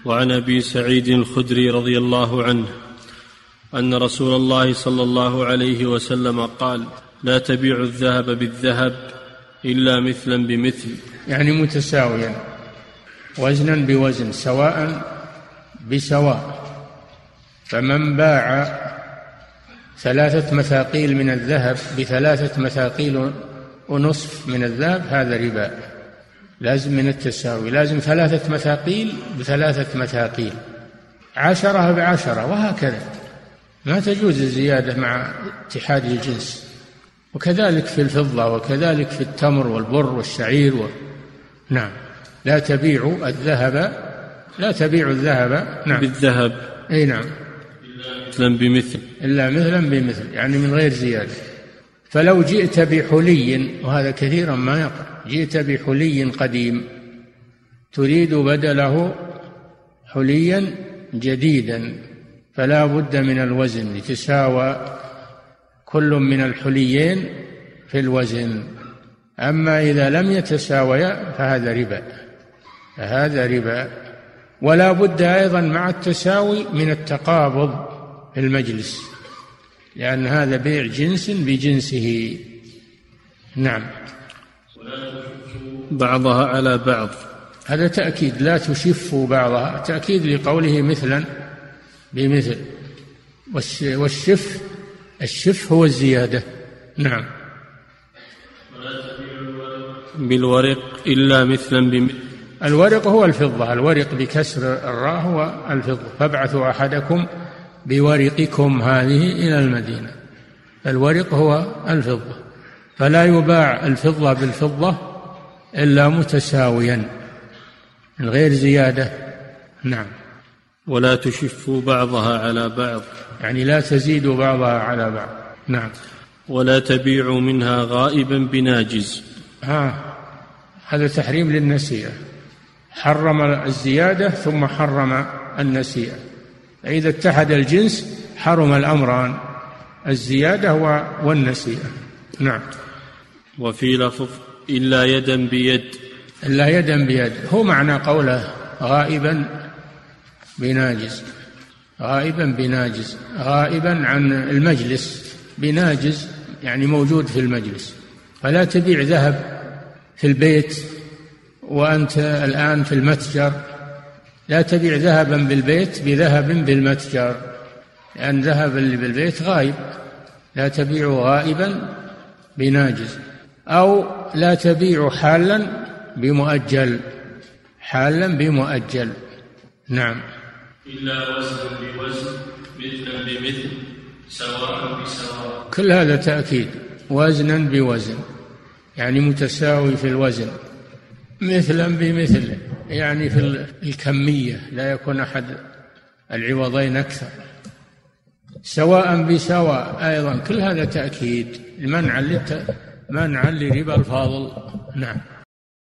وعن أبي سعيد الخدري رضي الله عنه أن رسول الله صلى الله عليه وسلم قال: لا تبيعوا الذهب بالذهب إلا مثلا بمثل، يعني متساويا، وزنا بوزن، سواء بسواء. فمن باع 3 مثاقيل من الذهب ب3 مثاقيل ونصف من الذهب هذا ربا، لازم من التساوي، لازم 3 مثاقيل ب3 مثاقيل، 10 ب10، وهكذا، ما تجوز الزيادة مع اتحاد الجنس. وكذلك في الفضة، وكذلك في التمر والبر والشعير نعم. لا تبيعوا الذهب نعم بالذهب، أي نعم، إلا مثلا بمثل، يعني من غير زيادة. فلو جئت بحلي، وهذا كثيرا ما يقع، جئت بحلي قديم تريد بدله حليا جديدا، فلا بد من الوزن لتساوى كل من الحليين في الوزن. أما إذا لم يتساويا فهذا ربا. ولا بد أيضا مع التساوي من التقابض في المجلس، لأن هذا بيع جنس بجنسه. نعم. بعضها على بعض، هذا تأكيد، لا تشفوا بعضها، تأكيد لقوله مثلا بمثل. الشف هو الزيادة. نعم. بالورق إلا مثلا بمثل، الورق هو الفضة، الورق بكسر الراء هو الفضة. فابعثوا أحدكم بورقكم هذه إلى المدينة. الورق هو الفضة، فلا يباع الفضة بالفضة إلا متساويا من غير زيادة. نعم. ولا تشفوا بعضها على بعض، يعني لا تزيدوا بعضها على بعض. نعم. ولا تبيعوا منها غائبا بناجز، هذا تحريم للنسيئة، حرم الزيادة ثم حرم النسيئة. فإذا اتحد الجنس حرم الأمران، الزيادة والنسيئة. نعم. وفي لفظ إلا يدا بيد، إلا يدا بيد هو معنى قوله غائبا بناجز، غائبا بناجز، غائبا عن المجلس، بناجز يعني موجود في المجلس. فلا تبيع ذهب في البيت وأنت الآن في المتجر، لا تبيع ذهبا بالبيت بذهب بالمتجر، لأن ذهب اللي بالبيت غائب. لا تبيع غائبا بناجز. أو لا تبيع حالا بمؤجل، حالا بمؤجل. نعم. إلا وزنا بوزن، مثلا بمثل، سواء بسواء، كل هذا تأكيد، وزنا بوزن يعني متساوي في الوزن، مثلا بمثل يعني في الكمية، لا يكون أحد العوضين أكثر، سواء بسواء أيضا، كل هذا تأكيد منعا لربا الفاضل. نعم.